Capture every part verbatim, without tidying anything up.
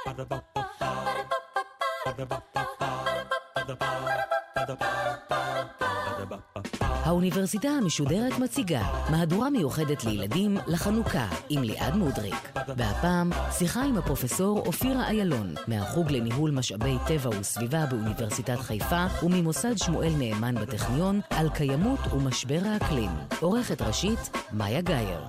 האוניברסיטה המשודרת מציגה מהדורה מיוחדת לילדים לחנוכה עם ליעד מודריק. והפעם שיחה עם הפרופסור אופירה איילון מהחוג לניהול משאבי טבע וסביבה באוניברסיטת חיפה וממוסד שמואל נאמן בטכניון על קיימות ומשבר האקלים. עורכת ראשית מאיה גייר.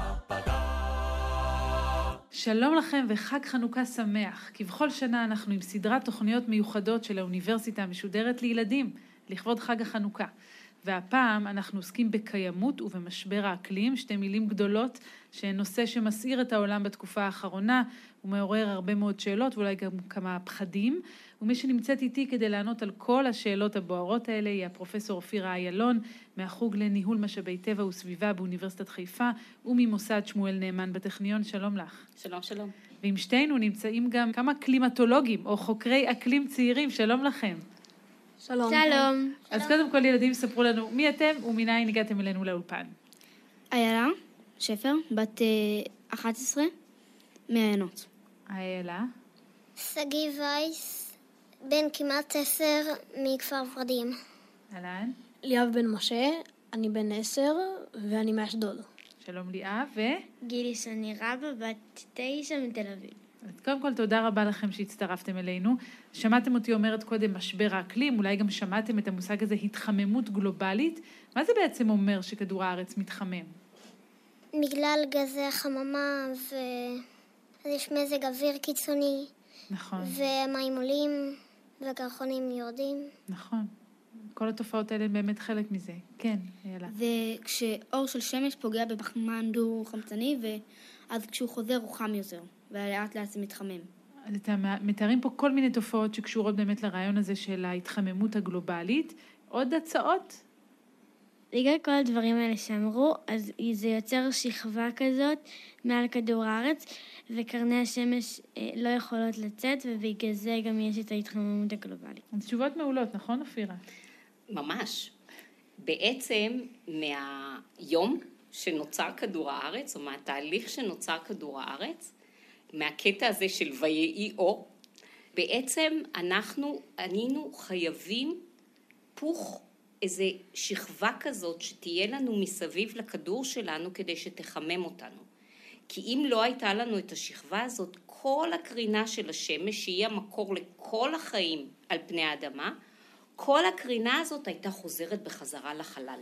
שלום לכם וחג חנוכה שמח. כבכל שנה אנחנו עם סדרת תוכניות מיוחדות של האוניברסיטה המשודרת לילדים לכבוד חג החנוכה. והפעם אנחנו עוסקים בקיימות ובמשבר האקלים, שתי מילים גדולות שהן נושא שמסעיר את העולם בתקופה האחרונה ומעורר הרבה מאוד שאלות ואולי גם כמה פחדים. ומי שנמצאת איתי כדי לענות על כל השאלות הבוערות האלה היא הפרופסור אופירה איילון מהחוג לניהול משאבי טבע וסביבה באוניברסיטת חיפה וממוסד שמואל נאמן בטכניון. שלום לך. שלום, שלום. ועם שתינו נמצאים גם כמה קלימטולוגים או חוקרי אקלים צעירים. שלום לכם. שלום. שלום. אז קודם כל ילדים ספרו לנו מי אתם ומניין הגעתם אלינו לאולפן. איילה שפר, בת אחת עשרה, מעיינות. איילה. סגי וייס, בן כמעט עשר, מכפר ורדים. אהלן. ליאב בן משה, אני בן עשר ואני מאשדוד. שלום ליאב ו... גילי שני רבא, בת תשע מתל אביב. אז קודם כל תודה רבה לכם שהצטרפתם אלינו. שמעתם אותי אומרת קודם משבר האקלים, אולי גם שמעתם את המושג הזה התחממות גלובלית. מה זה בעצם אומר שכדור הארץ מתחמם? בגלל גזי החממה ויש מזג אוויר קיצוני. נכון. ומים עולים וקרחונים יורדים. נכון. כל התופעות האלה הן באמת חלק מזה. כן, יאללה. וכשאור של שמש פוגע בפחמן דו חמצני, ואז כשהוא חוזר הוא חם יותר. ולאט לאט זה מתחמם. אז אתם מתארים פה כל מיני תופעות שקשורות באמת לרעיון הזה של ההתחממות הגלובלית. עוד הצעות? בגלל כל הדברים האלה שאמרו, אז זה יוצר שכבה כזאת מעל כדור הארץ, וקרני השמש לא יכולות לצאת, ובגלל זה גם יש את ההתחממות הגלובלית. אז תשובות מעולות, נכון אופירה? ממש. בעצם מהיום שנוצר כדור הארץ, או מהתהליך שנוצר כדור הארץ, מהקטע הזה של ויהי אור, בעצם אנחנו, ענינו חייבים פוך איזה שכבה כזאת שתהיה לנו מסביב לכדור שלנו כדי שתחמם אותנו. כי אם לא הייתה לנו את השכבה הזאת, כל הקרינה של השמש, שהיא המקור לכל החיים על פני האדמה, כל הקרינה הזאת הייתה חוזרת בחזרה לחלל.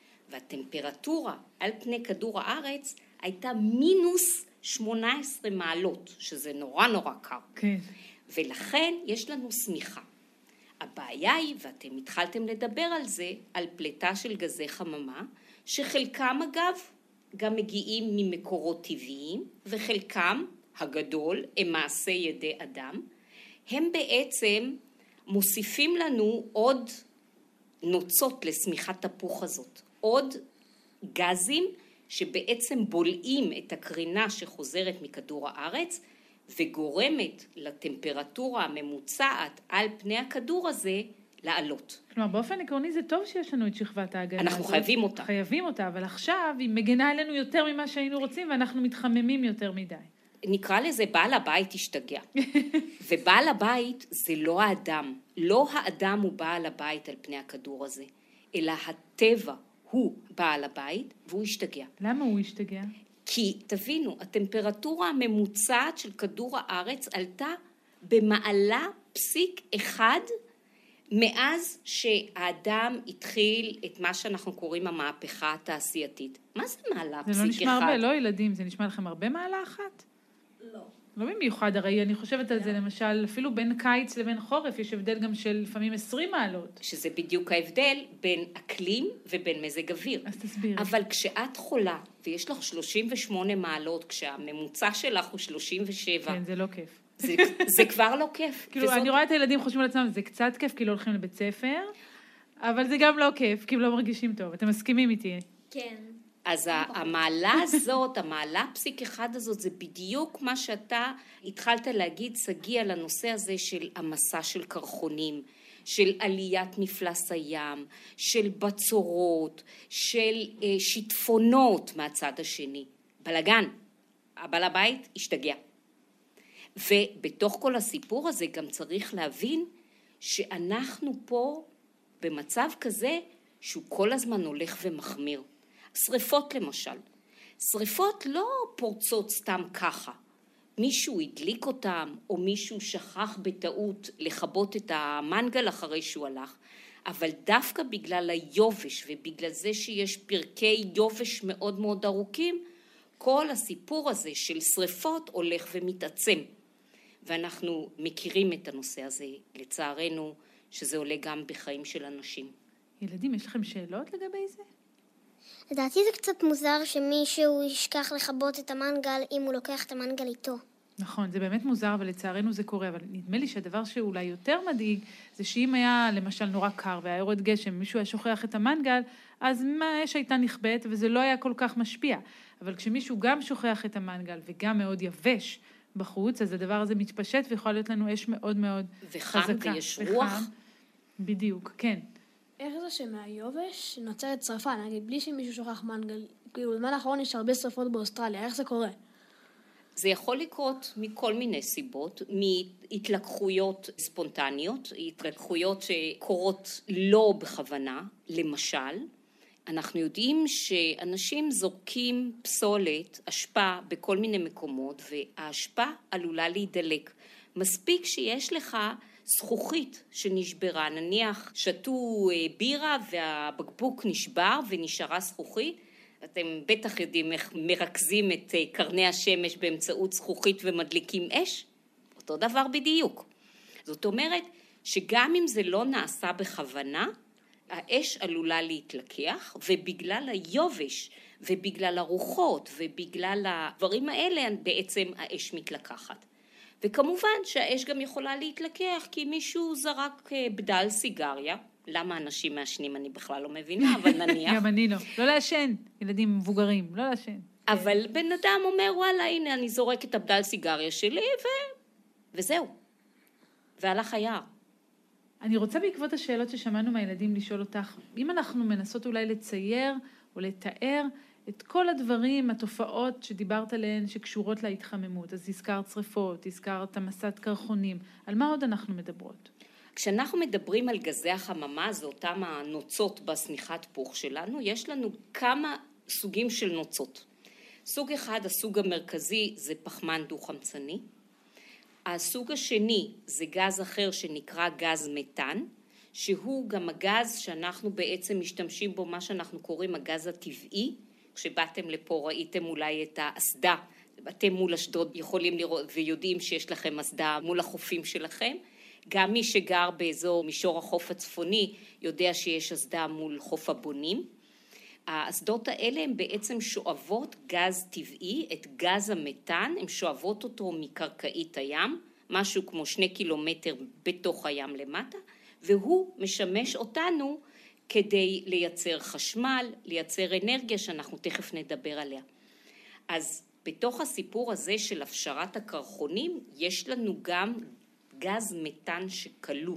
והטמפרטורה על פני כדור הארץ הייתה מינוס שמונה עשרה מעלות, שזה נורא נורא קר. כן. ולכן יש לנו סמיכה. הבעיה היא, ואתם התחלתם לדבר על זה, על פליטה של גזי חממה, שחלקם אגב גם מגיעים ממקורות טבעיים, וחלקם הגדול הם מעשה ידי אדם. הם בעצם מוסיפים לנו עוד נוצות לסמיכת תפוח הזאת, עוד גזים שבעצם בולעים את הקרינה שחוזרת מכדור הארץ, וגורמת לטמפרטורה הממוצעת על פני הכדור הזה לעלות. כלומר, באופן עקרוני זה טוב שיש לנו את שכבת ההגנה. אנחנו חייבים אותה. חייבים אותה, אבל עכשיו היא מגנה עלינו יותר ממה שהיינו רוצים, ואנחנו מתחממים יותר מדי. נקרא לזה בעל הבית השתגע. ובעל הבית זה לא האדם. לא האדם הוא בעל הבית על פני הכדור הזה, אלא הטבע הוא בעל הבית, והוא השתגע. למה הוא השתגע? כי תבינו, הטמפרטורה הממוצעת של כדור הארץ עלתה במעלה פסיק אחד מאז שהאדם התחיל את מה שאנחנו קוראים המהפכה התעשייתית. מה זה מעלה פסיק אחד? זה לא נשמע הרבה, לא ילדים, זה נשמע לכם הרבה מעלה אחת? לא. לא במיוחד, הרי אני חושבת על זה למשל, אפילו בין קיץ לבין חורף, יש הבדל גם של לפעמים עשרים מעלות. שזה בדיוק ההבדל בין אקלים ובין מזג אוויר. אז תסביר. אבל כשאת חולה, ויש לך שלושים ושמונה מעלות, כשהממוצע שלך הוא שלושים ושבע. כן, זה לא כיף. זה, זה כבר לא כיף. כאילו, וזאת... אני רואה את הילדים חושבים על עצמם, זה קצת כיף כי לא הולכים לבית ספר, אבל זה גם לא כיף, כי הם לא מרגישים טוב. אתם מסכימים איתי? כן. אז המעלה הזאת, המעלה פסיק אחד הזאת, זה בדיוק מה שאתה התחלת להגיד, סגי, על הנושא הזה של המסע של קרחונים, של עליית מפלס הים, של בצורות, של שיטפונות מהצד השני. בלגן, הבעל הבית השתגע. ובתוך כל הסיפור הזה גם צריך להבין שאנחנו פה במצב כזה שהוא כל הזמן הולך ומחמיר. שריפות למשל. שריפות לא פורצות סתם ככה. מישהו הדליק אותם, או מישהו שכח בטעות לכבות את המנגל אחרי שהוא הלך, אבל דווקא בגלל היובש ובגלל זה שיש פרקי יובש מאוד מאוד ארוכים, כל הסיפור הזה של שריפות הולך ומתעצם. ואנחנו מכירים את הנושא הזה, לצערנו, שזה עולה גם בחיים של אנשים. ילדים, יש לכם שאלות לגבי זה? לדעתי זה קצת מוזר שמישהו ישכח לכבות את המנגל אם הוא לוקח את המנגל איתו. נכון, זה באמת מוזר, אבל לצערנו זה קורה, אבל נדמה לי שהדבר שאולי יותר מדאיג, זה שאם היה למשל נורא קר והיה יורד גשם, מישהו היה שוכח את המנגל, אז האש הייתה נכבדת וזה לא היה כל כך משפיע. אבל כשמישהו גם שוכח את המנגל וגם מאוד יבש בחוץ, אז הדבר הזה מתפשט ויכול להיות לנו אש מאוד מאוד וחם חזקה. ויש רוח. בדיוק, כן. איך זה שמהיובש נוצרת שרפה? נגיד, בלי שמישהו שוכח מנגל, כאילו, בזמן האחרון יש הרבה שרפות באוסטרליה, איך זה קורה? זה יכול לקרות מכל מיני סיבות, מהתלקחויות ספונטניות, התלקחויות שקורות לא בכוונה. למשל, אנחנו יודעים שאנשים זורקים פסולת, אשפה בכל מיני מקומות, והאשפה עלולה להידלק. מספיק שיש לך זכוכית שנשברה, נניח שתו בירה והבקבוק נשבר ונשארה זכוכית, אתם בטח יודעים איך מרכזים את קרני השמש באמצעות זכוכית ומדליקים אש, אותו דבר בדיוק. זאת אומרת שגם אם זה לא נעשה בכוונה, האש עלולה להתלקח, ובגלל היובש ובגלל הרוחות ובגלל הדברים האלה בעצם האש מתלקחת. וכמובן שהאש גם יכולה להתלקח כי מישהו זרק בדל סיגריה, למה אנשים מעשנים אני בכלל לא מבינה, אבל נניח. גם אני לא. לא לעשן, ילדים מבוגרים, לא לעשן. אבל בן אדם אומר, וואלה, הנה אני זורק את הבדל סיגריה שלי, ו... וזהו. והלך היער. אני רוצה בעקבות השאלות ששמענו מהילדים לשאול אותך, אם אנחנו מנסות אולי לצייר או לתאר את כל הדברים, התופעות שדיברת עליהן שקשורות להתחממות, אז הזכרת שריפות, הזכרת מסת קרחונים, על מה עוד אנחנו מדברות? כשאנחנו מדברים על גזי החממה, זה אותם הנוצות בסמיכת פוך שלנו, יש לנו כמה סוגים של נוצות. סוג אחד, הסוג המרכזי, זה פחמן דו-חמצני. הסוג השני זה גז אחר שנקרא גז מתאן, שהוא גם הגז שאנחנו בעצם משתמשים בו, מה שאנחנו קוראים הגז הטבעי. כשבאתם לפה ראיתם אולי את האסדה, אתם מול אשדוד יכולים לראות ויודעים שיש לכם אסדה מול החופים שלכם. גם מי שגר באזור מישור החוף הצפוני יודע שיש אסדה מול חוף הבונים. האסדות האלה הן בעצם שואבות גז טבעי, את גז המתאן, הן שואבות אותו מקרקעית הים, משהו כמו שני קילומטר בתוך הים למטה, והוא משמש אותנו כדי לייצר חשמל, לייצר אנרגיה שאנחנו תכף נדבר עליה. אז בתוך הסיפור הזה של הפשרת הקרחונים, יש לנו גם גז מתאן שקלו,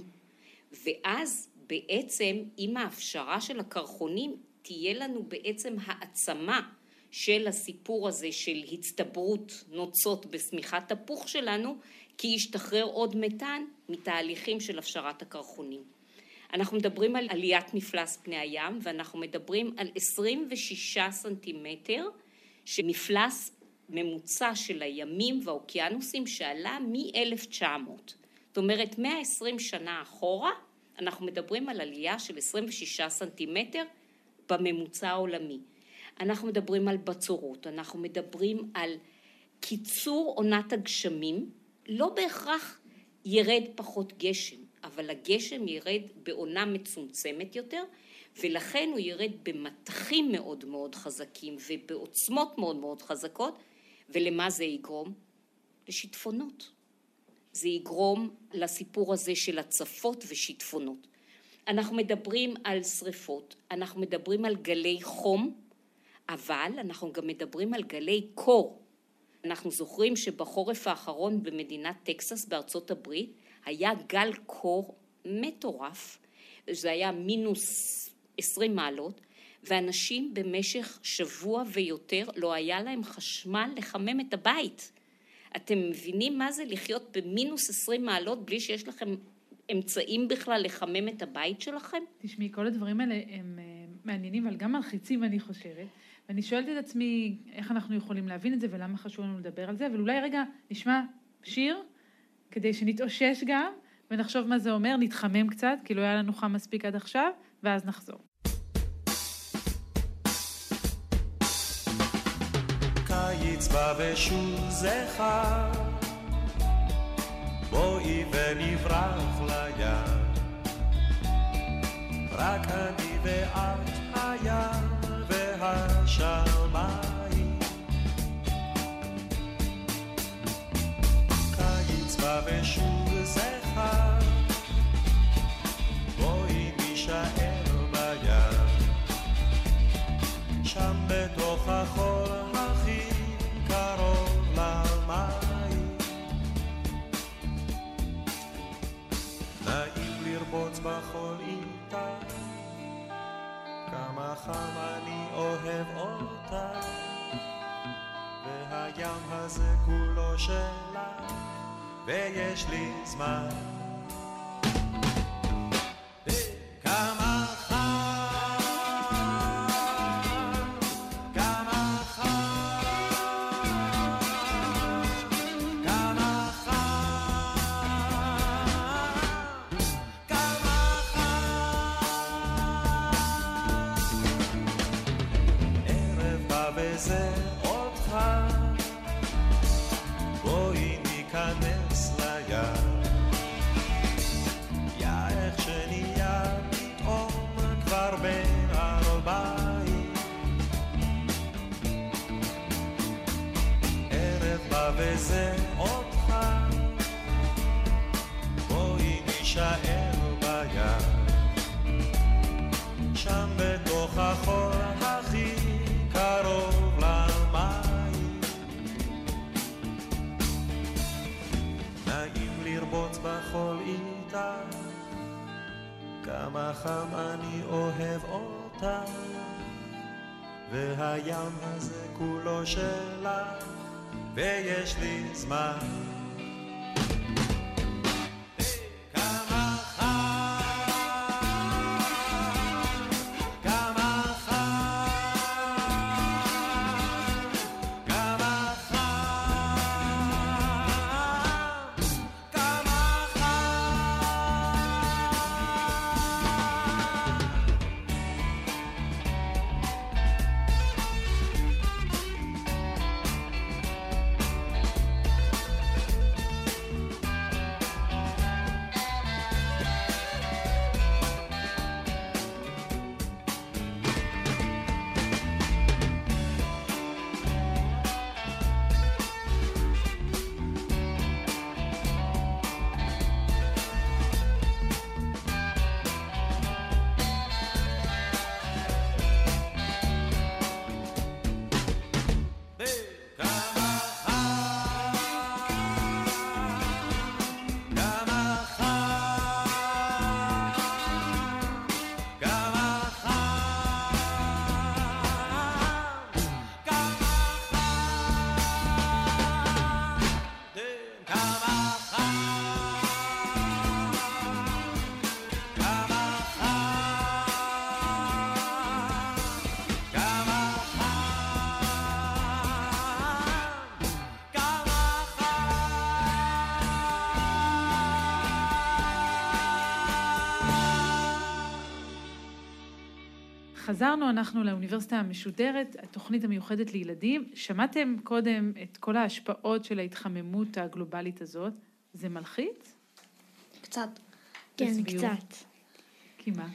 ואז בעצם עם ההפשרה של הקרחונים, תהיה לנו בעצם העצמה של הסיפור הזה של הצטברות נוצות בסמיכת הפוך שלנו, כי ישתחרר עוד מתאן מתהליכים של הפשרת הקרחונים. אנחנו מדברים על עליית מפלס פני הים, ואנחנו מדברים על עשרים ושישה סנטימטר, שמפלס ממוצע של הימים והאוקיינוסים שעלה מ-אלף תשע מאות. זאת אומרת, מאה ועשרים שנה אחורה, אנחנו מדברים על עלייה של עשרים ושישה סנטימטר, בממוצע העולמי. אנחנו מדברים על בצורות, אנחנו מדברים על קיצור עונת הגשמים, לא בהכרח ירד פחות גשם, אבל הגשם ירד בעונה מצומצמת יותר, ולכן הוא ירד במתחים מאוד מאוד חזקים ובעוצמות מאוד מאוד חזקות, ולמה זה יגרום? לשיטפונות. זה יגרום לסיפור הזה של הצפות ושיטפונות. אנחנו מדברים על שריפות, אנחנו מדברים על גלי חום, אבל אנחנו גם מדברים על גלי קור. אנחנו זוכרים שבחורף האחרון במדינת טקסס בארצות הברית, היה גל קור מטורף, זה היה מינוס עשרים מעלות, ואנשים במשך שבוע ויותר לא היה להם חשמל לחמם את הבית. אתם מבינים מה זה לחיות במינוס עשרים מעלות בלי שיש לכם אמצעים בכלל לחמם את הבית שלכם? תשמעי, כל הדברים האלה הם מעניינים, אבל גם מלחיצים, אני חושבת. ואני שואלת את עצמי איך אנחנו יכולים להבין את זה ולמה חשוב לנו לדבר על זה, אבל אולי רגע נשמע שיר כדי שנתאושש גם ונחשוב מה זה אומר, נתחמם קצת, כי לא היה לנו חם מספיק עד עכשיו, ואז נחזור. קיץ בא ושוב זה חג, בואי ונברח לים, רק אני ואת הים והשמיים. קיץ בא ושוב זה חג, בואי נשאר בים, שם בתוך החול הכי קרוב למים. נעים לרבוץ בחול איתה, כמה חם אני אוהב אותה, והים הזה כולו שלה, ויש לי זמן. כמה חם, כמה חם, כמה חם, כמה חם. ערב בא וזה עוד חם, בואי ניכנס לים, יא איך שנהיה פתאום כבר בין ארבעים. ערב בא וזה עוד חם, בואי נשאר בים, שם בתוך החול הכי קרוב למים. נעים לרבוץ בחול איתה, כמה חם אני אוהב אותה, והים הזה כולו שלה, ויש לי זמן. כמה חם, כמה חם, כמה חם, כמה חזרנו אנחנו לאוניברסיטה המשודרת, התוכנית המיוחדת לילדים. שמעתם קודם את כל ההשפעות של ההתחממות הגלובלית הזאת. זה מלחיץ? קצת. כן, תסבירו. קצת. כי מה?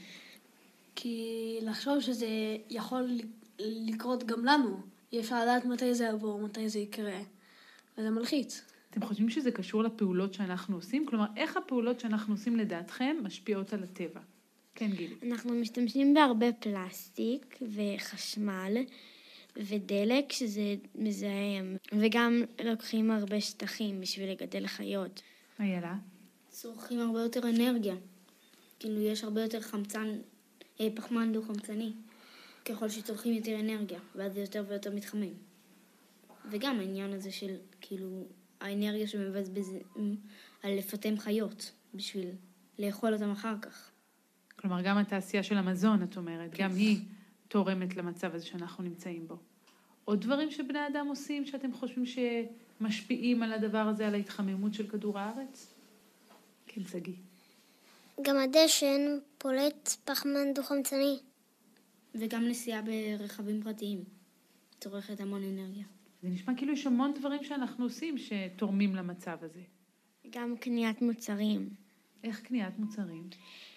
כי לחשוב שזה יכול לקרות גם לנו, אי אפשר לדעת מתי זה יבוא, מתי זה יקרה, וזה מלחיץ. אתם חושבים שזה קשור לפעולות שאנחנו עושים? כלומר, איך הפעולות שאנחנו עושים לדעתכם משפיעות על הטבע? כן, גילי. אנחנו משתמשים בהרבה פלסטיק וחשמל ודלק, שזה מזהם, וגם לוקחים הרבה שטחים בשביל לגדל חיות. איילה? צורכים הרבה יותר אנרגיה. כאילו יש הרבה יותר חמצן, אה, פחמן דו-חמצני, ככל שצורכים יותר אנרגיה, ואז זה יותר ויותר מתחמם. וגם העניין הזה של כאילו האנרגיה שמבזבזים על לפטם חיות, בשביל לאכול אותם אחר כך. כלומר, גם התעשייה של המזון, את אומרת, גם היא תורמת למצב הזה שאנחנו נמצאים בו. עוד דברים שבני אדם עושים שאתם חושבים שמשפיעים על הדבר הזה, על ההתחממות של כדור הארץ? כן, שגיא. גם הדשן פולט פחמן דו-חמצני. וגם נסיעה ברכבים פרטיים. צורכת המון אנרגיה. זה נשמע כאילו יש המון דברים שאנחנו עושים שתורמים למצב הזה. גם קניית מוצרים. איך קניית מוצרים?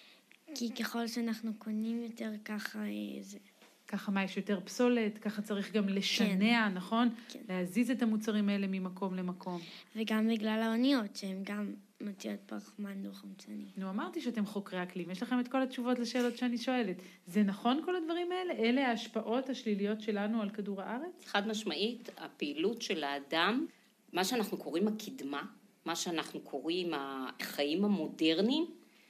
כי ככל שאנחנו קונים יותר ככה זה... ככה מה, יש יותר פסולת, ככה צריך גם לשנע, כן. נכון? כן. להזיז את המוצרים האלה ממקום למקום. וגם בגלל האוניות, שהן גם מוציאות פחמן דו-חמצני. נו, אמרתי שאתם חוקרי אקלים, יש לכם את כל התשובות לשאלות שאני שואלת. זה נכון כל הדברים האלה? אלה ההשפעות השליליות שלנו על כדור הארץ? חד משמעית, הפעילות של האדם, מה שאנחנו קוראים הקדמה, מה שאנחנו קוראים החיים המודרניים,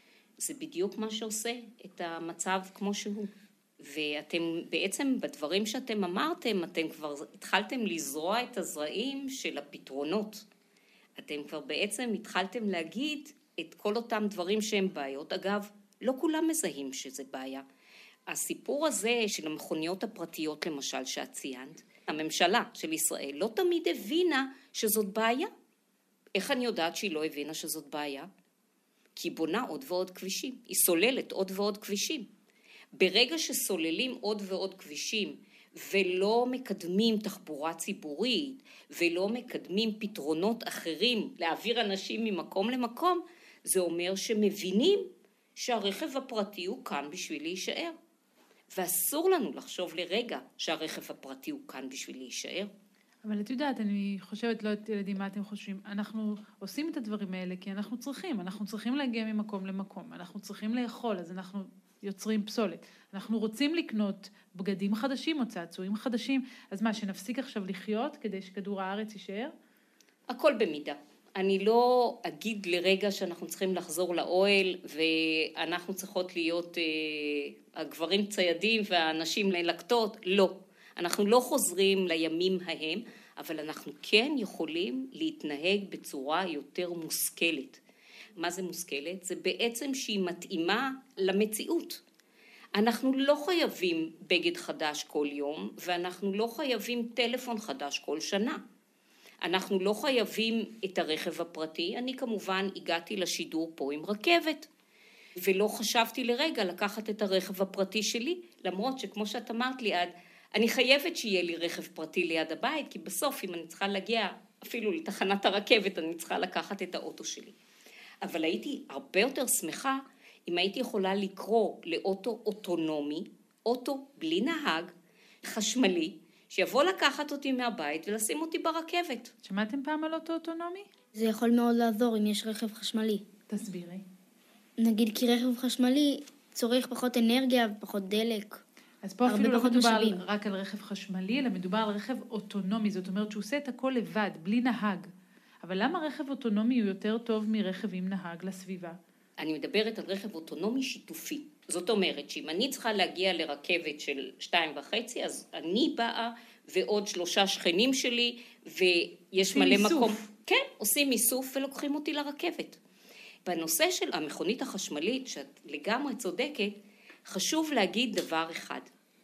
זה בדיוק מה שעושה את המצב כמו שהוא. ואתם בעצם בדברים שאתם אמרתם, אתם כבר התחלתם לזרוע את הזרעים של הפתרונות. אתם כבר בעצם התחלתם להגיד את כל אותם דברים שהם בעיות. אגב, לא כולם מזהים שזה בעיה. הסיפור הזה של המכוניות הפרטיות למשל שאת ציינת, הממשלה של ישראל לא תמיד הבינה שזאת בעיה. איך אני יודעת שהיא לא הבינה שזאת בעיה? כי היא בונה עוד ועוד כבישים, היא סוללת עוד ועוד כבישים. ברגע שסוללים עוד ועוד כבישים ולא מקדמים תחבורה ציבורית ולא מקדמים פתרונות אחרים להעביר אנשים ממקום למקום, זה אומר שמבינים שהרכב הפרטי הוא כאן בשביל להישאר. ואסור לנו לחשוב לרגע שהרכב הפרטי הוא כאן בשביל להישאר. אבל את יודעת, אני חושבת, לא את ילדים, מה אתם חושבים? אנחנו עושים את הדברים האלה כי אנחנו צריכים, אנחנו צריכים להגיע ממקום למקום, אנחנו צריכים לאכול, אז אנחנו יוצרים פסולת. אנחנו רוצים לקנות בגדים חדשים או צעצועים חדשים, אז מה, שנפסיק עכשיו לחיות כדי שכדור הארץ יישאר? הכל במידה. אני לא אגיד לרגע שאנחנו צריכים לחזור לאוהל, ואנחנו צריכות להיות אה, הגברים ציידים והנשים ללקטות, לא. אנחנו לא חוזרים לימים ההם, אבל אנחנו כן יכולים להתנהג בצורה יותר מושכלת. מה זה מושכלת? זה בעצם שהיא מתאימה למציאות. אנחנו לא חייבים בגד חדש כל יום, ואנחנו לא חייבים טלפון חדש כל שנה. אנחנו לא חייבים את הרכב הפרטי. אני כמובן הגעתי לשידור פה עם רכבת, ולא חשבתי לרגע לקחת את הרכב הפרטי שלי, למרות שכמו שאת אמרת לי עד, אני חייבת שיהיה לי רכב פרטי ליד הבית, כי בסוף אם אני צריכה להגיע אפילו לתחנת הרכבת, אני צריכה לקחת את האוטו שלי. אבל הייתי הרבה יותר שמחה אם הייתי יכולה לקרוא לאוטו אוטונומי, אוטו בלי נהג, חשמלי, שיבוא לקחת אותי מהבית ולשים אותי ברכבת. שמעתם פעם על אוטו אוטונומי? זה יכול מאוד לעזור אם יש רכב חשמלי. תסבירי. נגיד כי רכב חשמלי צורך פחות אנרגיה ופחות דלק. אז פה אפילו לא מדובר רק על רכב חשמלי, אלא מדובר על רכב אוטונומי. זאת אומרת שהוא עושה את הכל לבד, בלי נהג. אבל למה רכב אוטונומי הוא יותר טוב מרכב עם נהג לסביבה? אני מדברת על רכב אוטונומי שיתופי. זאת אומרת שאם אני צריכה להגיע לרכבת של שתיים וחצי, אז אני באה ועוד שלושה שכנים שלי, ויש מלא מיסוף. מקום. כן, עושים מיסוף ולוקחים אותי לרכבת. בנושא של המכונית החשמלית, שאת לגמרי צודקת, חשוב להגיד דבר אחד,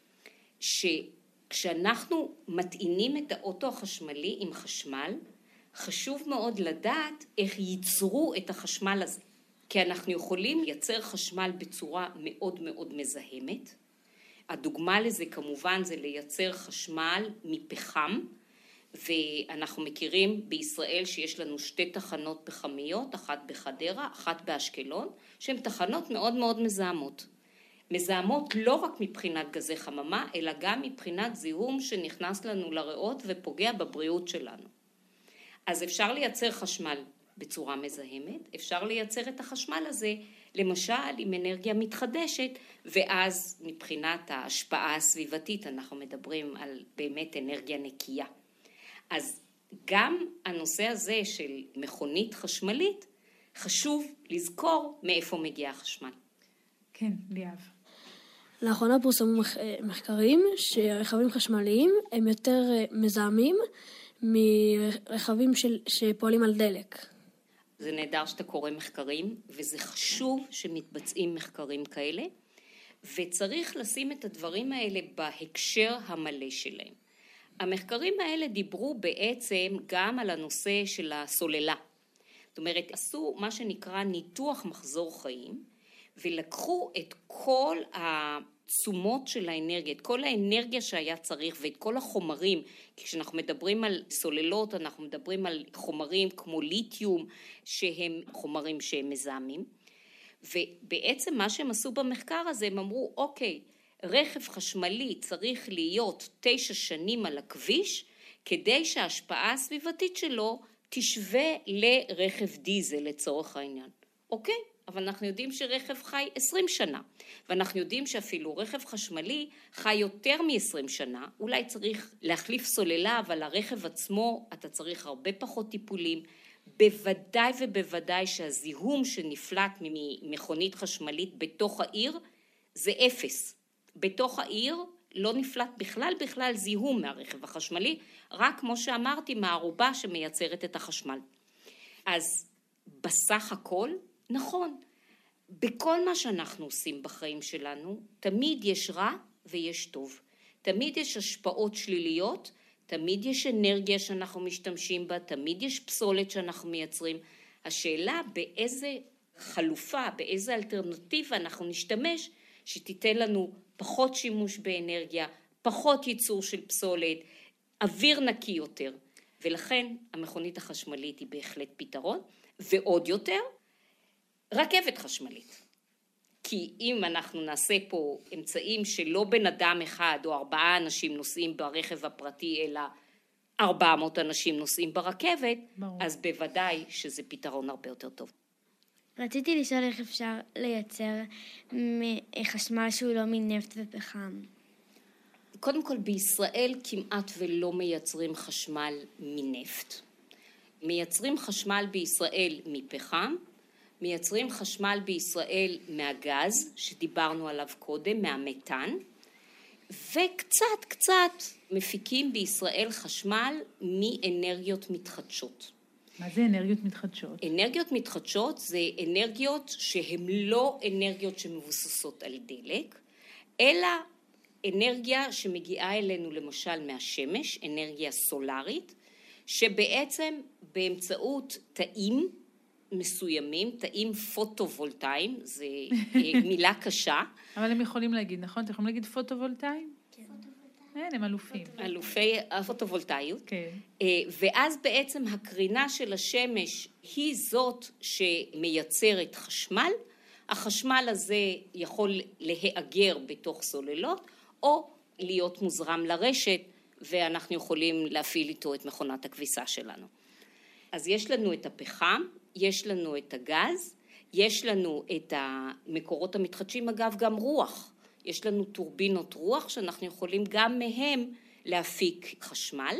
שכשאנחנו מטעינים את האוטו החשמלי עם חשמל, חשוב מאוד לדעת איך ייצרו את החשמל הזה. כי אנחנו יכולים לייצר חשמל בצורה מאוד מאוד מזהמת. הדוגמה לזה כמובן זה לייצר חשמל מפחם, ואנחנו מכירים בישראל שיש לנו שתי תחנות פחמיות, אחת בחדרה, אחת באשקלון, שהן תחנות מאוד מאוד מזהמות. מזהמות לא רק מבחינת גזי חממה, אלא גם מבחינת זיהום שנכנס לנו לריאות ופוגע בבריאות שלנו. אז אפשר לייצר חשמל בצורה מזהמת, אפשר לייצר את החשמל הזה, למשל עם אנרגיה מתחדשת, ואז מבחינת ההשפעה הסביבתית אנחנו מדברים על באמת אנרגיה נקייה. אז גם הנושא הזה של מכונית חשמלית, חשוב לזכור מאיפה מגיע החשמל. כן, ליאב. לאחרונה פורסמו מחקרים שרכבים חשמליים הם יותר מזהמים מרכבים של, שפועלים על דלק. זה נהדר שאתה קורא מחקרים, וזה חשוב שמתבצעים מחקרים כאלה, וצריך לשים את הדברים האלה בהקשר המלא שלהם. המחקרים האלה דיברו בעצם גם על הנושא של הסוללה. זאת אומרת, עשו מה שנקרא ניתוח מחזור חיים, ולקחו את כל התשומות של האנרגיה, את כל האנרגיה שהיה צריך ואת כל החומרים, כי כשאנחנו מדברים על סוללות, אנחנו מדברים על חומרים כמו ליתיום, שהם חומרים שהם מזהמים, ובעצם מה שהם עשו במחקר הזה, הם אמרו, אוקיי, רכב חשמלי צריך להיות תשע שנים על הכביש, כדי שההשפעה הסביבתית שלו תשווה לרכב דיזל לצורך העניין. אוקיי? אבל אנחנו יודעים שרכב חי עשרים שנה, ואנחנו יודעים שאפילו רכב חשמלי חי יותר מ-עשרים שנה, אולי צריך להחליף סוללה, אבל הרכב עצמו אתה צריך הרבה פחות טיפולים, בוודאי ובוודאי שהזיהום שנפלט ממכונית חשמלית בתוך העיר זה אפס. בתוך העיר לא נפלט בכלל בכלל זיהום מהרכב החשמלי, רק כמו שאמרתי מהערובה שמייצרת את החשמל. אז בסך הכל, נכון, בכל מה שאנחנו עושים בחיים שלנו, תמיד יש רע ויש טוב. תמיד יש השפעות שליליות, תמיד יש אנרגיה שאנחנו משתמשים בה, תמיד יש פסולת שאנחנו מייצרים. השאלה באיזה חלופה, באיזה אלטרנטיבה אנחנו נשתמש, שתיתן לנו פחות שימוש באנרגיה, פחות ייצור של פסולת, אוויר נקי יותר. ולכן המכונית החשמלית היא בהחלט פתרון, ועוד יותר, רכבת חשמלית. כי אם אנחנו נעשה פה אמצעים שלא בן אדם אחד או ארבעה אנשים נוסעים ברכב הפרטי, אלא ארבע מאות אנשים נוסעים ברכבת, ברור. אז בוודאי שזה פתרון הרבה יותר טוב. רציתי לשאול איך אפשר לייצר חשמל שהוא לא מנפט ופחם. קודם כל, בישראל כמעט ולא מייצרים חשמל מנפט. מייצרים חשמל בישראל מפחם, מייצרים חשמל בישראל מהגז, שדיברנו עליו קודם, מהמתאן, וקצת קצת מפיקים בישראל חשמל מאנרגיות מתחדשות. מה זה אנרגיות מתחדשות? אנרגיות מתחדשות זה אנרגיות שהן לא אנרגיות שמבוססות על דלק, אלא אנרגיה שמגיעה אלינו למשל מהשמש, אנרגיה סולרית, שבעצם באמצעות תאים מסוימים, תאים פוטו-וולטאיים, זו מילה קשה. אבל הם יכולים להגיד, נכון? אתם יכולים להגיד פוטו-וולטאיים? כן. אין, הם אלופים. אלופי הפוטו-וולטאיות. כן. ואז בעצם הקרינה של השמש היא זאת שמייצרת חשמל. החשמל הזה יכול להיאגר בתוך סוללות, או להיות מוזרם לרשת, ואנחנו יכולים להפעיל איתו את מכונת הכביסה שלנו. אז יש לנו את הפחם, יש לנו את הגז, יש לנו את המקורות המתחדשים, אגב גם רוח. יש לנו טורבינות רוח שאנחנו יכולים גם מהם להפיק חשמל,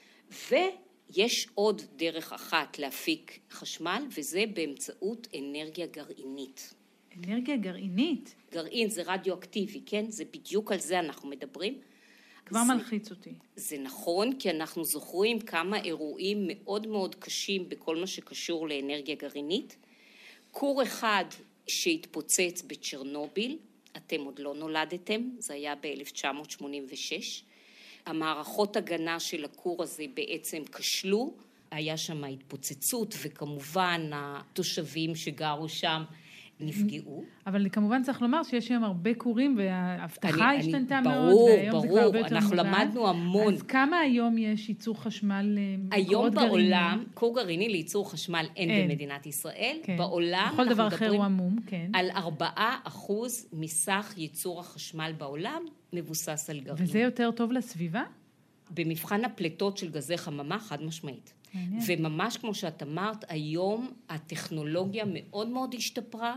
ויש עוד דרך אחת להפיק חשמל, וזה באמצעות אנרגיה גרעינית. אנרגיה גרעינית? גרעין זה רדיואקטיבי, כן? זה בדיוק על זה אנחנו מדברים. כבר זה, מלחיץ אותי. זה נכון, כי אנחנו זוכרים כמה אירועים מאוד מאוד קשים בכל מה שקשור לאנרגיה גרעינית. כור אחד שהתפוצץ בצ'רנוביל, אתם עוד לא נולדתם, זה היה ב-אלף תשע מאות שמונים ושש. המערכות הגנה של הכור הזה בעצם כשלו, היה שם התפוצצות, וכמובן התושבים שגרו שם נפגעו. אבל כמובן צריך לומר שיש היום הרבה כורים, וההבטחה השתנתה מאוד, ברור, והיום זה כבר הרבה יותר אנחנו מובן. למדנו המון. אז כמה היום יש ייצור חשמל היום מקורות גרעיניים? בעולם, כור גרעיני לייצור חשמל אין, אין. במדינת ישראל. כן. בעולם כל דבר אחר הוא מדברים עמום, כן. על ארבעה אחוז מסך ייצור החשמל בעולם מבוסס על גרעין. וזה יותר טוב לסביבה? במבחן הפלטות של גזי חממה חד משמעית. מעניין. וממש כמו שאת אמרת, היום הטכנולוגיה מאוד מאוד השתפרה,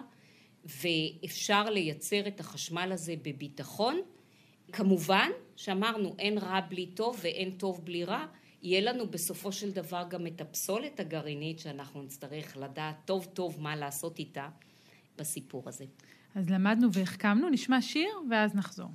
ואפשר לייצר את החשמל הזה בביטחון. כמובן שאמרנו אין רע בלי טוב ואין טוב בלי רע, יהיה לנו בסופו של דבר גם את הפסולת הגרעינית שאנחנו נצטרך לדעת טוב טוב מה לעשות איתה בסיפור הזה. אז למדנו והחכמנו, נשמע שיר ואז נחזור.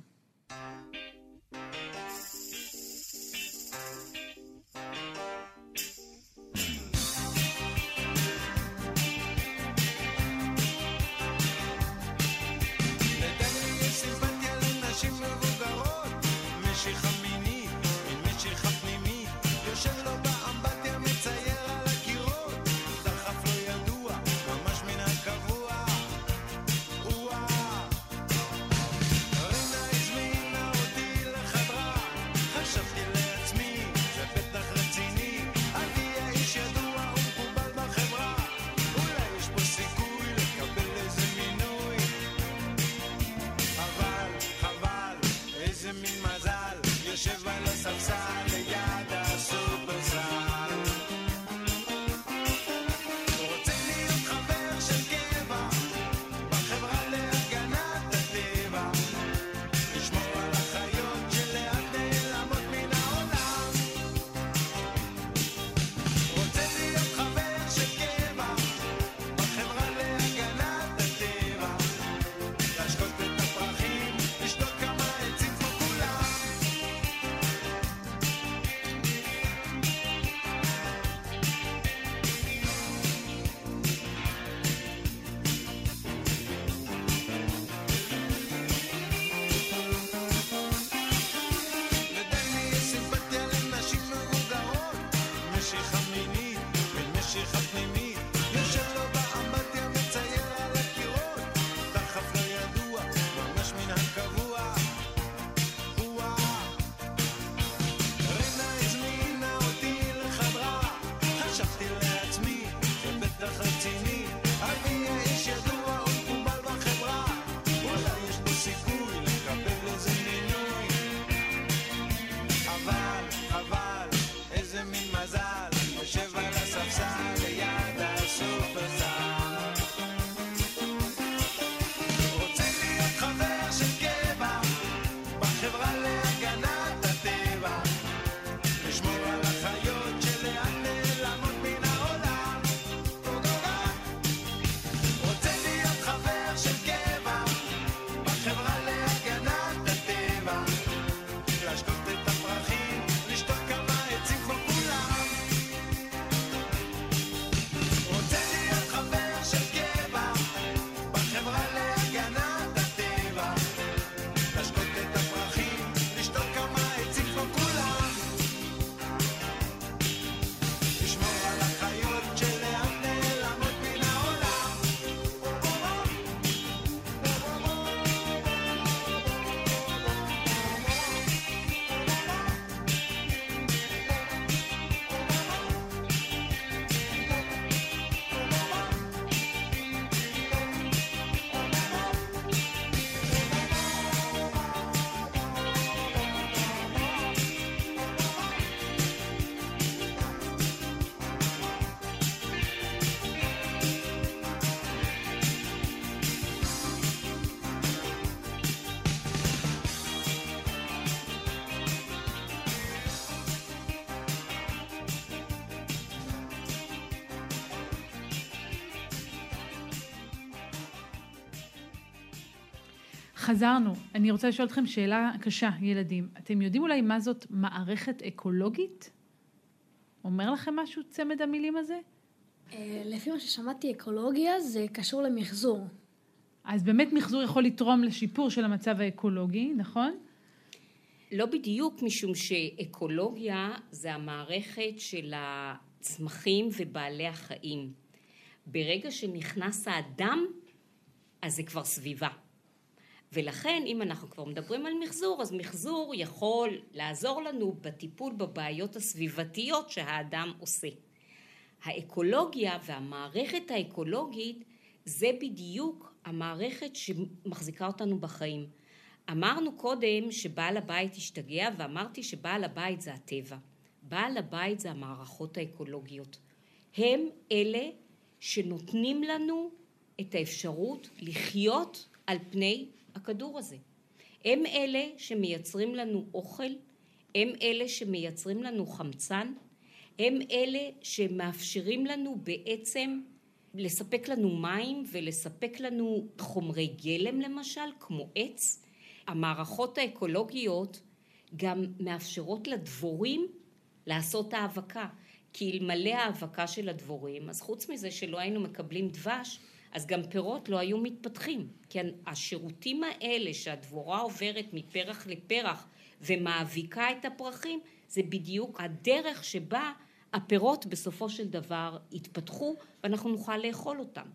חזרנו. אני רוצה לשאול אתכם שאלה קשה, ילדים. אתם יודעים אולי מה זאת מערכת אקולוגית? אומר לכם משהו צמד המילים הזה? לפי מה ששמעתי, אקולוגיה זה קשור למחזור. אז באמת מחזור יכול לתרום לשיפור של המצב האקולוגי, נכון? לא בדיוק, משום שאקולוגיה זה המערכת של הצמחים ובעלי החיים. ברגע שנכנס האדם, אז זה כבר סביבה. ולכן, אם אנחנו כבר מדברים על מחזור, אז מחזור יכול לעזור לנו בטיפול בבעיות הסביבתיות שהאדם עושה. האקולוגיה והמערכת האקולוגית זה בדיוק המערכת שמחזיקה אותנו בחיים. אמרנו קודם שבעל הבית השתגע, ואמרתי שבעל הבית זה הטבע. בעל הבית זה המערכות האקולוגיות. הם אלה שנותנים לנו את האפשרות לחיות על פני הכדור הזה. הם אלה שמייצרים לנו אוכל, הם אלה שמייצרים לנו חמצן, הם אלה שמאפשרים לנו בעצם לספק לנו מים ולספק לנו חומרי גלם למשל, כמו עץ. המערכות האקולוגיות גם מאפשרות לדבורים לעשות האבקה, כי אלמלא האבקה של הדבורים, אז חוץ מזה שלא היינו מקבלים דבש, אז גם פירות לא היו מתפתחים, כי השירותים האלה שהדבורה עוברת מפרח לפרח ומאביקה את הפרחים, זה בדיוק הדרך שבה הפירות בסופו של דבר יתפתחו ואנחנו נוכל לאכול אותם.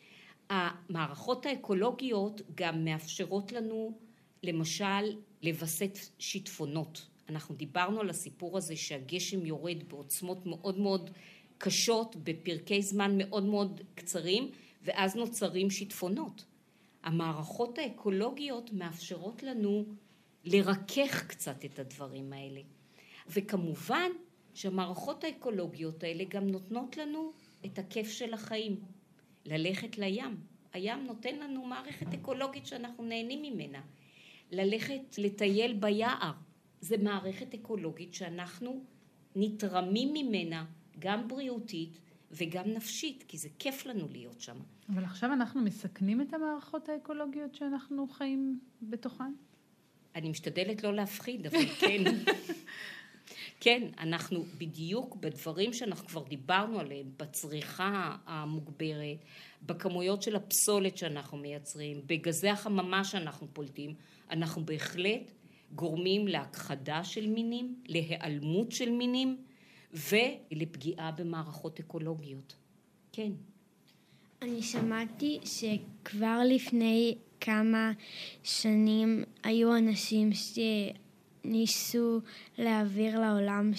המערכות האקולוגיות גם מאפשרות לנו למשל לבסט שיטפונות. אנחנו דיברנו על הסיפור הזה שהגשם יורד בעוצמות מאוד מאוד קשות בפרקי זמן מאוד מאוד קצרים, ואז נוצרים שיטפונות. המערכות האקולוגיות מאפשרות לנו לרכך קצת את הדברים האלה. וכמובן שהמערכות האקולוגיות האלה גם נותנות לנו את הכיף של החיים. ללכת לים. הים נותן לנו מערכת אקולוגית שאנחנו נהנים ממנה. ללכת לטייל ביער. זה מערכת אקולוגית שאנחנו נתרמים ממנה גם בריאותית וגם נפשית, כי זה כיף לנו להיות שם. אבל עכשיו אנחנו מסכנים את המערכות האקולוגיות שאנחנו חיים בתוכן? אני משתדלת לא להפחיד, אבל כן. כן, אנחנו בדיוק בדברים שאנחנו כבר דיברנו עליהם, בצריכה המוגברת, בכמויות של הפסולת שאנחנו מייצרים, בגזי החממה שאנחנו פולטים, אנחנו בהחלט גורמים להכחדה של מינים, להיעלמות של מינים, ולפגיעה במערכות אקולוגיות. כן. אני שמעתי שכבר לפני כמה שנים היו אנשים שניסו להעביר לעולם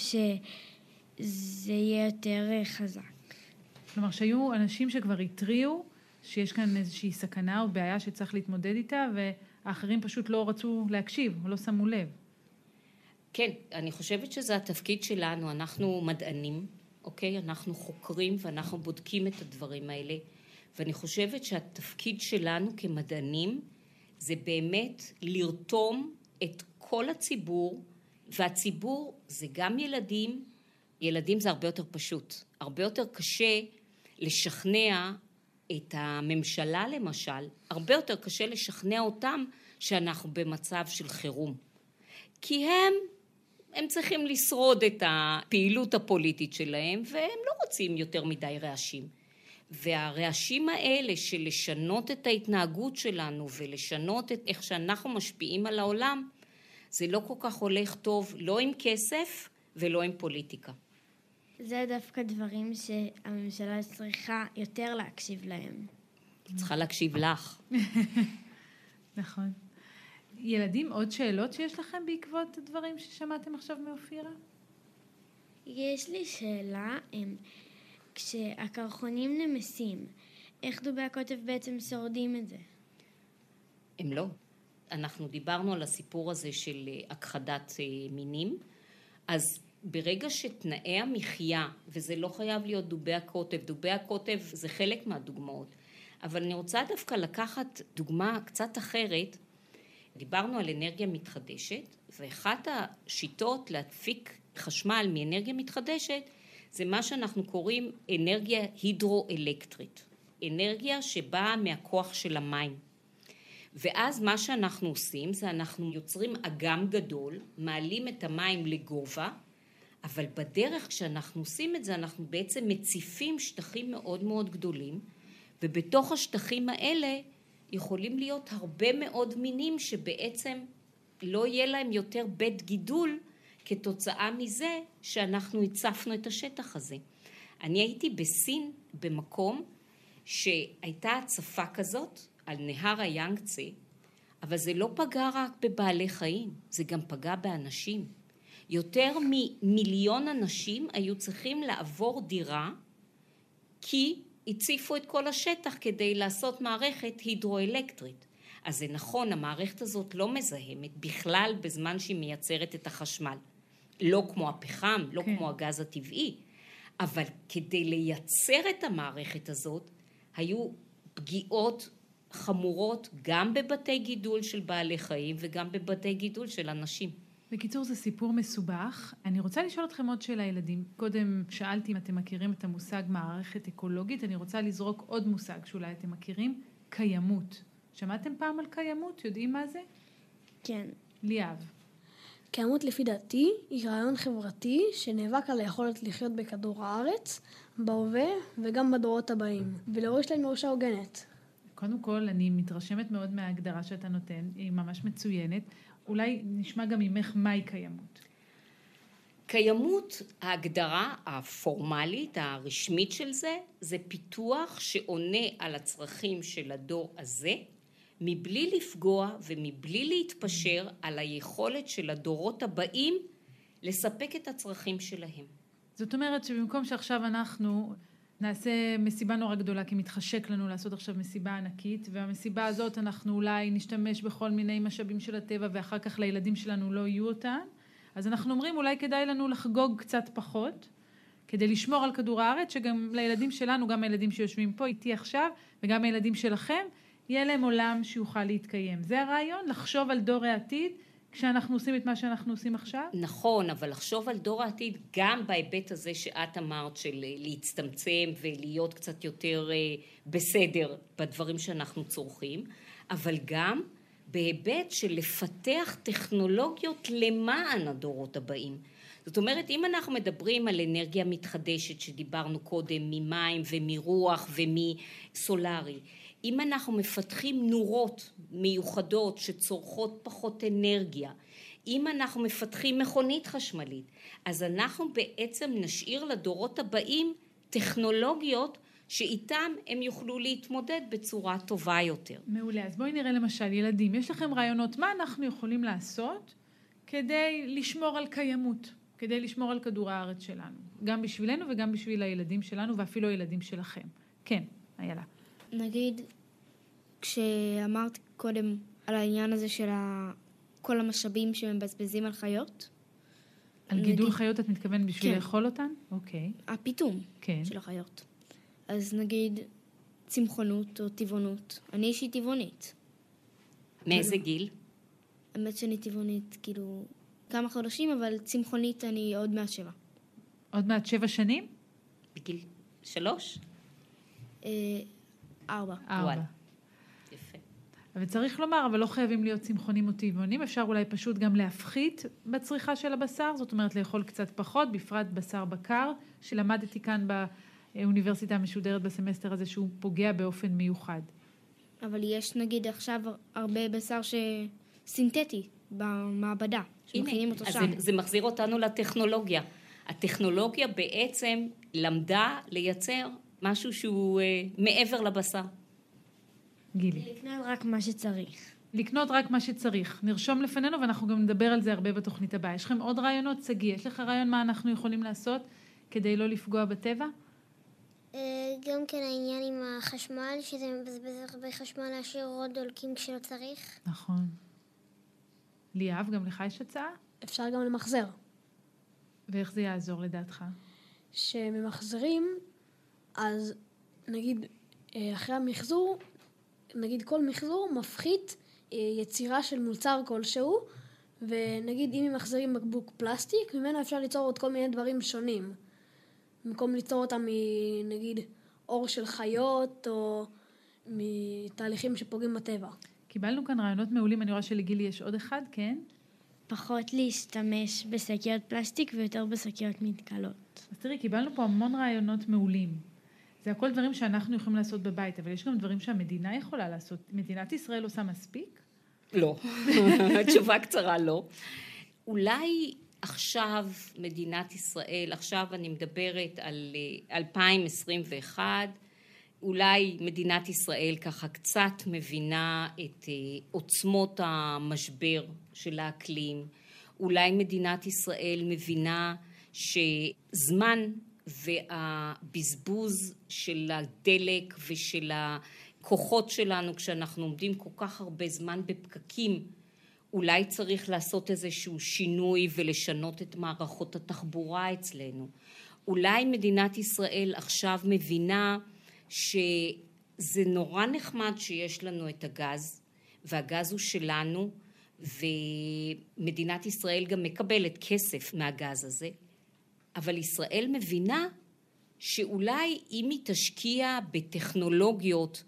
שזה יהיה יותר חזק. כלומר, שהיו אנשים שכבר התריעו שיש כאן איזושהי סכנה או בעיה שצריך להתמודד איתה, והאחרים פשוט לא רצו להקשיב, או לא שמו לב. כן, אני חושבת שזה התפקיד שלנו, אנחנו מדענים, אוקיי? אנחנו חוקרים ואנחנו בודקים את הדברים האלה, ואני חושבת שהתפקיד שלנו כמדענים זה באמת לרתום את כל הציבור, והציבור זה גם ילדים, ילדים זה הרבה יותר פשוט, הרבה יותר קשה לשכנע את הממשלה למשל, הרבה יותר קשה לשכנע אותם שאנחנו במצב של חירום. כי הם, הם צריכים לשרוד את הפעילות הפוליטית שלהם, והם לא רוצים יותר מדי רעשים. והרעשים האלה של לשנות את ההתנהגות שלנו, ולשנות את איך שאנחנו משפיעים על העולם, זה לא כל כך הולך טוב, לא עם כסף ולא עם פוליטיקה. זה דווקא דברים שהממשלה צריכה יותר להקשיב להם. היא צריכה להקשיב לך. נכון. ילדים, עוד שאלות שיש לכם בעקבות הדברים ששמעתם עכשיו מאופירה? יש לי שאלה, הם, כשהקרחונים נמסים, איך דובי הקוטב בעצם שורדים את זה? הם לא. אנחנו דיברנו על הסיפור הזה של הכחדת מינים, אז ברגע שתנאי המחיה, וזה לא חייב להיות דובי הקוטב, דובי הקוטב זה חלק מהדוגמאות, אבל אני רוצה דווקא לקחת דוגמה קצת אחרת. דיברנו על אנרגיה מתחדשת, ואחת השיטות להפיק חשמל מאנרגיה מתחדשת, זה מה שאנחנו קוראים אנרגיה הידרואלקטרית, אנרגיה שבאה מהכוח של המים. ואז מה שאנחנו עושים זה אנחנו יוצרים אגם גדול, מעלים את המים לגובה, אבל בדרך כשאנחנו עושים את זה אנחנו בעצם מציפים שטחים מאוד מאוד גדולים, ובתוך השטחים האלה יכולים להיות הרבה מאוד מינים שבעצם לא יהיה להם יותר בית גידול כתוצאה מזה שאנחנו הצפנו את השטח הזה. אני הייתי בסין במקום שהייתה הצפה כזאת על נהר היאנגצה, אבל זה לא פגע רק בבעלי חיים, זה גם פגע באנשים. יותר ממיליון אנשים היו צריכים לעבור דירה, כי הציפו את כל השטח כדי לעשות מערכת הידרואלקטרית. אז זה נכון, המערכת הזאת לא מזהמת בכלל בזמן שהיא מייצרת את החשמל. לא כמו הפחם, לא כן. כמו הגז הטבעי. אבל כדי לייצר את המערכת הזאת, היו פגיעות חמורות גם בבתי גידול של בעלי חיים וגם בבתי גידול של אנשים. בקיצור, זה סיפור מסובך. אני רוצה לשאול אתכם עוד שאלה, ילדים. קודם שאלתי אם אתם מכירים את המושג מערכת אקולוגית, אני רוצה לזרוק עוד מושג שאולי אתם מכירים, קיימות. שמעתם פעם על קיימות? יודעים מה זה? כן. ליאב. קיימות לפי דעתי היא רעיון חברתי שנאבק על היכולת לחיות בכדור הארץ, בהווה וגם בדורות הבאים, ולהוריש להם ירושה הוגנת. קודם כל, אני מתרשמת מאוד מההגדרה שאתה נותן, היא ממש מצוינת. אולי נשמע גם ממך מהי קיימות. קיימות, ההגדרה הפורמלית, הרשמית של זה, זה פיתוח שעונה על הצרכים של הדור הזה, מבלי לפגוע ומבלי להתפשר על היכולת של הדורות הבאים לספק את הצרכים שלהם. זאת אומרת שבמקום שעכשיו אנחנו נעשה מסיבה נורא גדולה, כי מתחשק לנו לעשות עכשיו מסיבה ענקית, והמסיבה הזאת אנחנו אולי נשתמש בכל מיני משאבים של הטבע, ואחר כך לילדים שלנו לא יהיו אותן, אז אנחנו אומרים אולי כדאי לנו לחגוג קצת פחות, כדי לשמור על כדור הארץ, שגם לילדים שלנו, גם הילדים שיושבים פה איתי עכשיו, וגם הילדים שלכם, יהיה להם עולם שיוכל להתקיים. זה הרעיון, לחשוב על דור העתיד, כשאנחנו עושים את מה שאנחנו עושים עכשיו? נכון, אבל לחשוב על דור העתיד גם בהיבט הזה שאת אמרת של להצטמצם ולהיות קצת יותר בסדר בדברים שאנחנו צורכים, אבל גם בהיבט של לפתח טכנולוגיות למען הדורות הבאים. זאת אומרת, אם אנחנו מדברים על אנרגיה מתחדשת שדיברנו קודם, ממים ומרוח ומסולרי, אם אנחנו מפתחים נורות מיוחדות שצורכות פחות אנרגיה, אם אנחנו מפתחים מכונית חשמלית, אז אנחנו בעצם נשאיר לדורות הבאים טכנולוגיות שאיתם הם יוכלו להתמודד בצורה טובה יותר. מעולה, אז בואי נראה למשל, ילדים, יש לכם רעיונות, מה אנחנו יכולים לעשות כדי לשמור על קיימות, כדי לשמור על כדור הארץ שלנו, גם בשבילנו וגם בשביל הילדים שלנו ואפילו הילדים שלכם. כן, איילה. נגיד, כשאמרת קודם על העניין הזה של כל המשאבים שמבזבזים על חיות. על גידול חיות את מתכוון בשביל לאכול אותן? אוקיי. הפיתום של החיות. אז נגיד צמחונות או טבעונות. אני אישי טבעונית. מאיזה גיל? האמת שאני טבעונית, כאילו, כמה חודשים, אבל צמחונית אני עוד מעט שבע. עוד מעט שבע שנים? בגיל שלוש? אה... ארבע. ארבע. יפה. אבל צריך לומר, אבל לא חייבים להיות צמחונים או טבעונים, אפשר אולי פשוט גם להפחית בצריכה של הבשר, זאת אומרת לאכול קצת פחות, בפרט בשר בקר, שלמדתי כאן באוניברסיטה המשודרת בסמסטר הזה, שהוא פוגע באופן מיוחד. אבל יש נגיד עכשיו הרבה בשר שסינתטי במעבדה, שמכינים אותו שם. אז זה מחזיר אותנו לטכנולוגיה. הטכנולוגיה בעצם למדה לייצר משהו שהוא מעבר לבשר. גילי. לקנות רק מה שצריך. לקנות רק מה שצריך. נרשום לפנינו ואנחנו גם נדבר על זה הרבה בתוכנית הבאה. יש לכם עוד רעיונות? סגי, יש לך רעיון מה אנחנו יכולים לעשות כדי לא לפגוע בטבע? גם כן העניין עם החשמל, שזה מבזבז הרבה חשמל להשאיר עוד דולקים כשלא צריך. נכון. ליאב, גם לך יש הצעה? אפשר גם למחזר. ואיך זה יעזור לדעתך? שממחזרים, אז נגיד אחרי המחזור, נגיד כל מחזור מפחית יצירה של מוצר כלשהו, ונגיד אם ממחזרים בקבוק פלסטיק, ממנו אפשר ליצור עוד כל מיני דברים שונים. במקום ליצור אותם מנגיד אור של חיות או מתהליכים שפוגעים בטבע. קיבלנו כאן רעיונות מעולים, אני רואה שלגילי יש עוד אחד, כן? פחות להשתמש בשקיות פלסטיק ויותר בשקיות מתכלות. אז תראי, קיבלנו פה המון רעיונות מעולים. זה הכל דברים שאנחנו יכולים לעשות בבית, אבל יש גם דברים שהמדינה יכולה לעשות. מדינת ישראל עושה מספיק? לא. התשובה קצרה לא. אולי עכשיו מדינת ישראל, עכשיו אני מדברת על אלפיים עשרים ואחת, אולי מדינת ישראל ככה קצת מבינה את עוצמות המשבר של האקלים, אולי מדינת ישראל מבינה שזמן והבזבוז של הדלק ושל הכוחות שלנו כשאנחנו עומדים כל כך הרבה זמן בפקקים, אולי צריך לעשות איזשהו שינוי ולשנות את מערכות התחבורה אצלנו. אולי מדינת ישראל עכשיו מבינה שזה נורא נחמד שיש לנו את הגז, והגז הוא שלנו, ומדינת ישראל גם מקבלת כסף מהגז הזה, אבל ישראל מבינה שאולי אם היא תשקיע בטכנולוגיות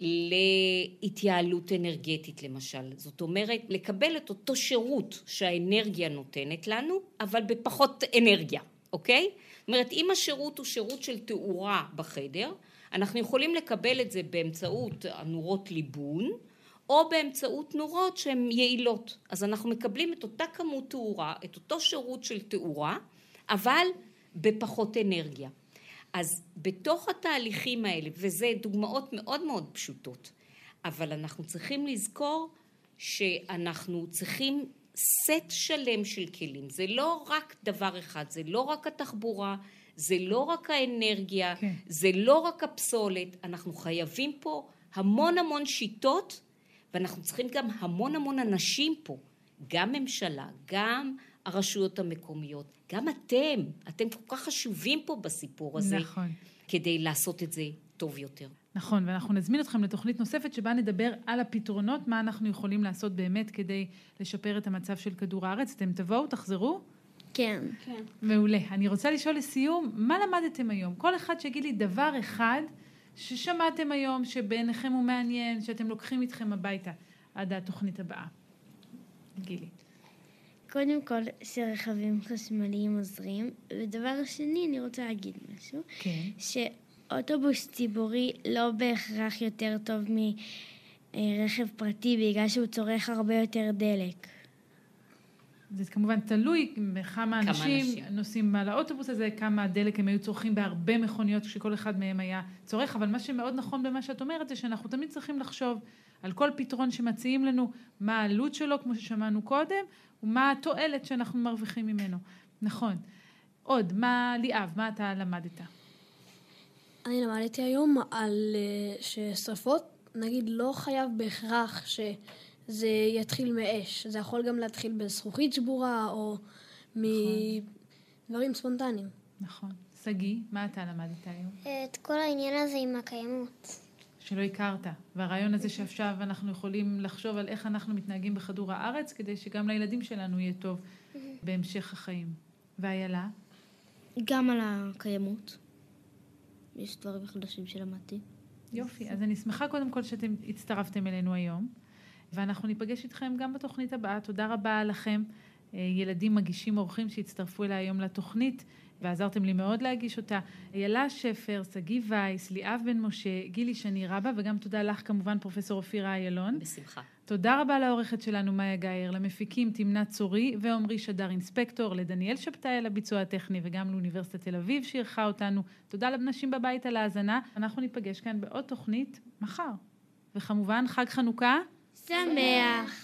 להתייעלות אנרגטית למשל, זאת אומרת לקבל את אותו שירות שהאנרגיה נותנת לנו, אבל בפחות אנרגיה, אוקיי? זאת אומרת, אם השירות הוא שירות של תאורה בחדר, אנחנו יכולים לקבל את זה באמצעות נורות ליבון, או באמצעות נורות שהן יעילות. אז אנחנו מקבלים את אותה כמות תאורה, את אותו שירות של תאורה, אבל בפחות אנרגיה. אז בתוך התהליכים האלה, וזה דוגמאות מאוד מאוד פשוטות, אבל אנחנו צריכים לזכור שאנחנו צריכים סט שלם של כלים. זה לא רק דבר אחד, זה לא רק התחבורה, זה לא רק האנרגיה, כן. זה לא רק הפסולת, אנחנו חייבים פה המון המון שיטות, ואנחנו צריכים גם המון המון אנשים פה, גם ממשלה, גם הרשויות המקומיות, גם אתם, אתם כל כך חשובים פה בסיפור הזה, נכון. כדי לעשות את זה טוב יותר. נכון, ואנחנו נזמין אתכם לתוכנית נוספת שבה נדבר על הפתרונות, מה אנחנו יכולים לעשות באמת כדי לשפר את המצב של כדור הארץ. אתם תבואו, תחזרו? כן. כן. מעולה. אני רוצה לשאול לסיום, מה למדתם היום? כל אחד שיגיד לי דבר אחד ששמעתם היום, שבעיניכם הוא מעניין, שאתם לוקחים איתכם הביתה עד התוכנית הבאה. גילי. קודם כל, שרכבים חשמליים עוזרים, ודבר שני, אני רוצה להגיד משהו. כן. שאוטובוס ציבורי לא בהכרח יותר טוב מרכב פרטי, בגלל שהוא צורך הרבה יותר דלק. זה כמובן תלוי בכמה אנשים, אנשים נוסעים על האוטובוס הזה, כמה דלק הם היו צורכים בהרבה מכוניות כשכל אחד מהם היה צורך, אבל מה שמאוד נכון במה שאת אומרת זה שאנחנו תמיד צריכים לחשוב על כל פתרון שמציעים לנו, מה העלות שלו כמו ששמענו קודם, ומה התועלת שאנחנו מרוויחים ממנו. נכון. עוד, מה ליאב, מה אתה למדת? אני למדתי היום על ששרפות, נגיד לא חייב בהכרח ש... זה יתחיל מאש, זה יכול גם להתחיל בזכוכית שבורה, או מדברים ספונטניים. נכון. סגי, מה אתה למדת היום? את כל העניין הזה עם הקיימות. שלא הכרת, והרעיון הזה שעכשיו אנחנו יכולים לחשוב על איך אנחנו מתנהגים בכדור הארץ, כדי שגם לילדים שלנו יהיה טוב בהמשך החיים. ואיילה? גם על הקיימות. יש דברים חדשים שלמדתי. יופי, אז אני שמחה קודם כל שאתם הצטרפתם אלינו היום. ואנחנו ניפגש איתכם גם בתוכנית הבאה. תודה רבה לכם, ילדים מגישים אורחים שהצטרפו אליי היום לתוכנית, ועזרתם לי מאוד להגיש אותה. איילה שפר, סגי וייס, ליאב בן משה, גילי שני רבא, וגם תודה לך כמובן פרופסור אופירה איילון. בשמחה. תודה רבה לעורכת שלנו מאיה גייר, למפיקים תמנת צורי ועומרי שדר אינספקטור, לדניאל שבתאי על הביצוע הטכני, וגם לאוניברסיטת תל אביב שערכה אותנו. תודה לנשים בבית על ההאזנה. אנחנו ניפגש כאן בעוד תוכנית מחר. וכמובן חג חנוכה שמח.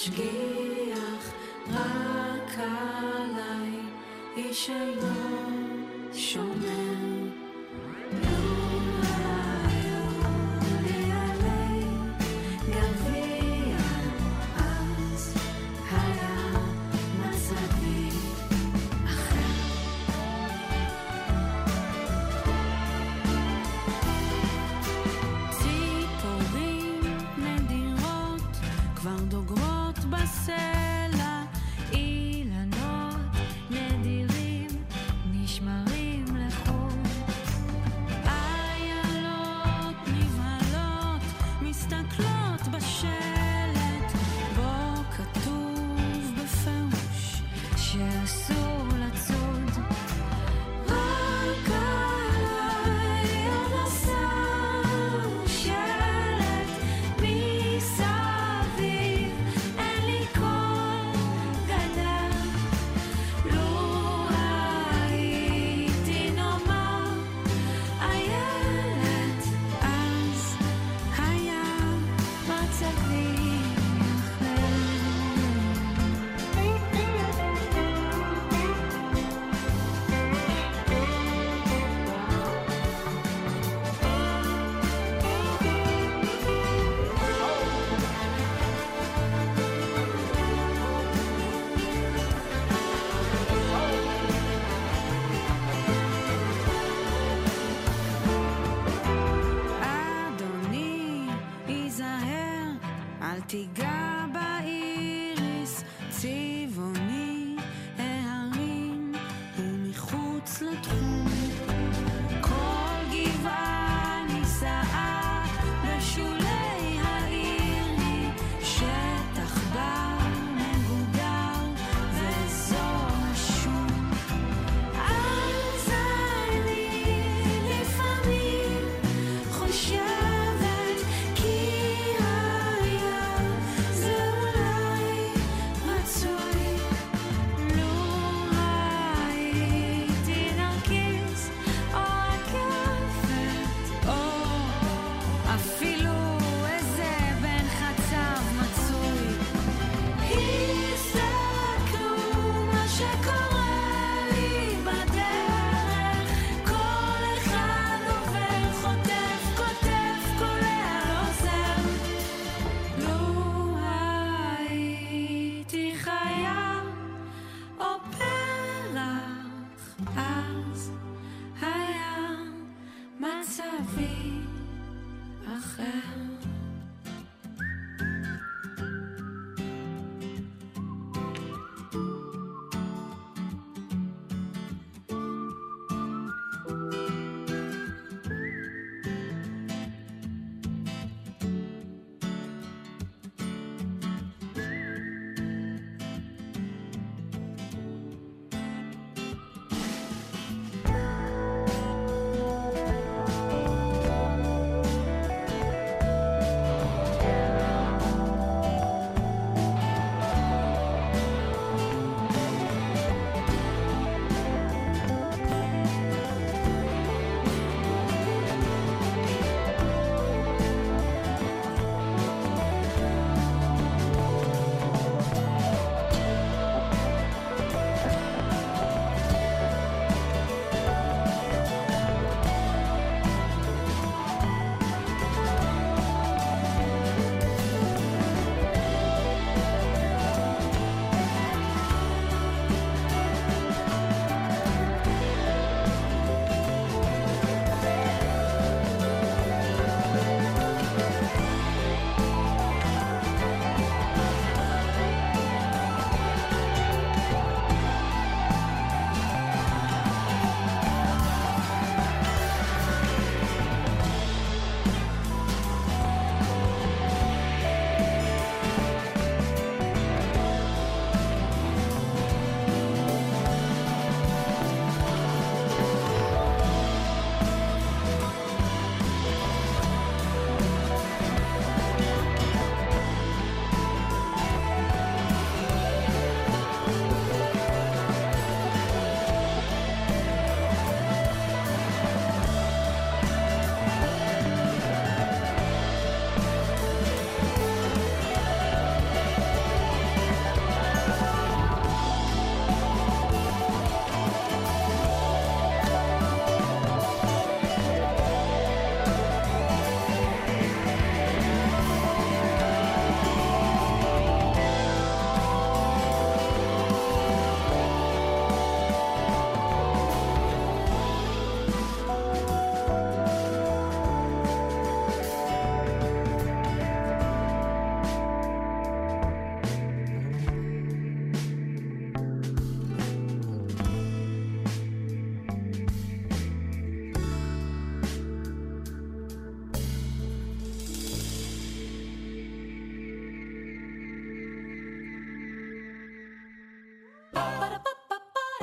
משגיח רק עליי, איש אינו שומר. בסלע אילנות נדירים נשמרים לחוד, איילות נבהלות מסתכלות בשלט בו כתוב בפירוש שאסור לצוד. רק עליי עוד עשה שלט מסביב, אין לי כל גדר. לו הייתי נאמר איילת, אז היה מצבי אדוני, היזהר, אל תיגע באיריס, צבעוני ההרים ומחוץ לתחום. כל גבעה נישאה בשולי העיר היא שטח בר מגודר וזו השום. אז אני לפעמים חושבת כי היה זה אולי רצוי. לו הייתי נרקיס או רקפת או אפילו איזה בן חצב מצוי. הסתכלו מה שקורה לי בדרך, כל אחד עובר חוטף כותף קולע לא עוזר. לו הייתי חיה או פרח, אז היה מצבי אחר.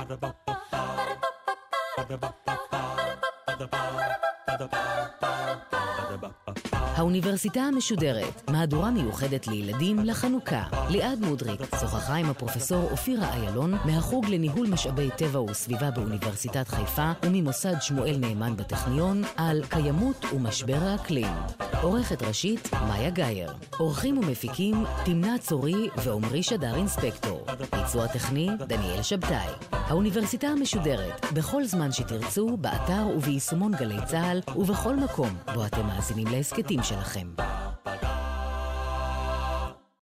האוניברסיטה המשודרת, מהדורה מיוחדת לילדים לחנוכה. ליעד מודריק שוחחה עם הפרופסור אופירה איילון מהחוג לניהול משאבי טבע וסביבה באוניברסיטת חיפה וממוסד שמואל נאמן בטכניון על קיימות ומשבר האקלים. עורכת ראשית מאיה גייר. עורכים ומפיקים תמנה צורי ועומרי שדר אינספקטור. ביצוע טכני דניאל שבתאי. האוניברסיטה המשודרת, בכל זמן שתרצו, באתר וביישומון גלי צהל ובכל מקום בו אתם מאזינים להסקטים שלכם.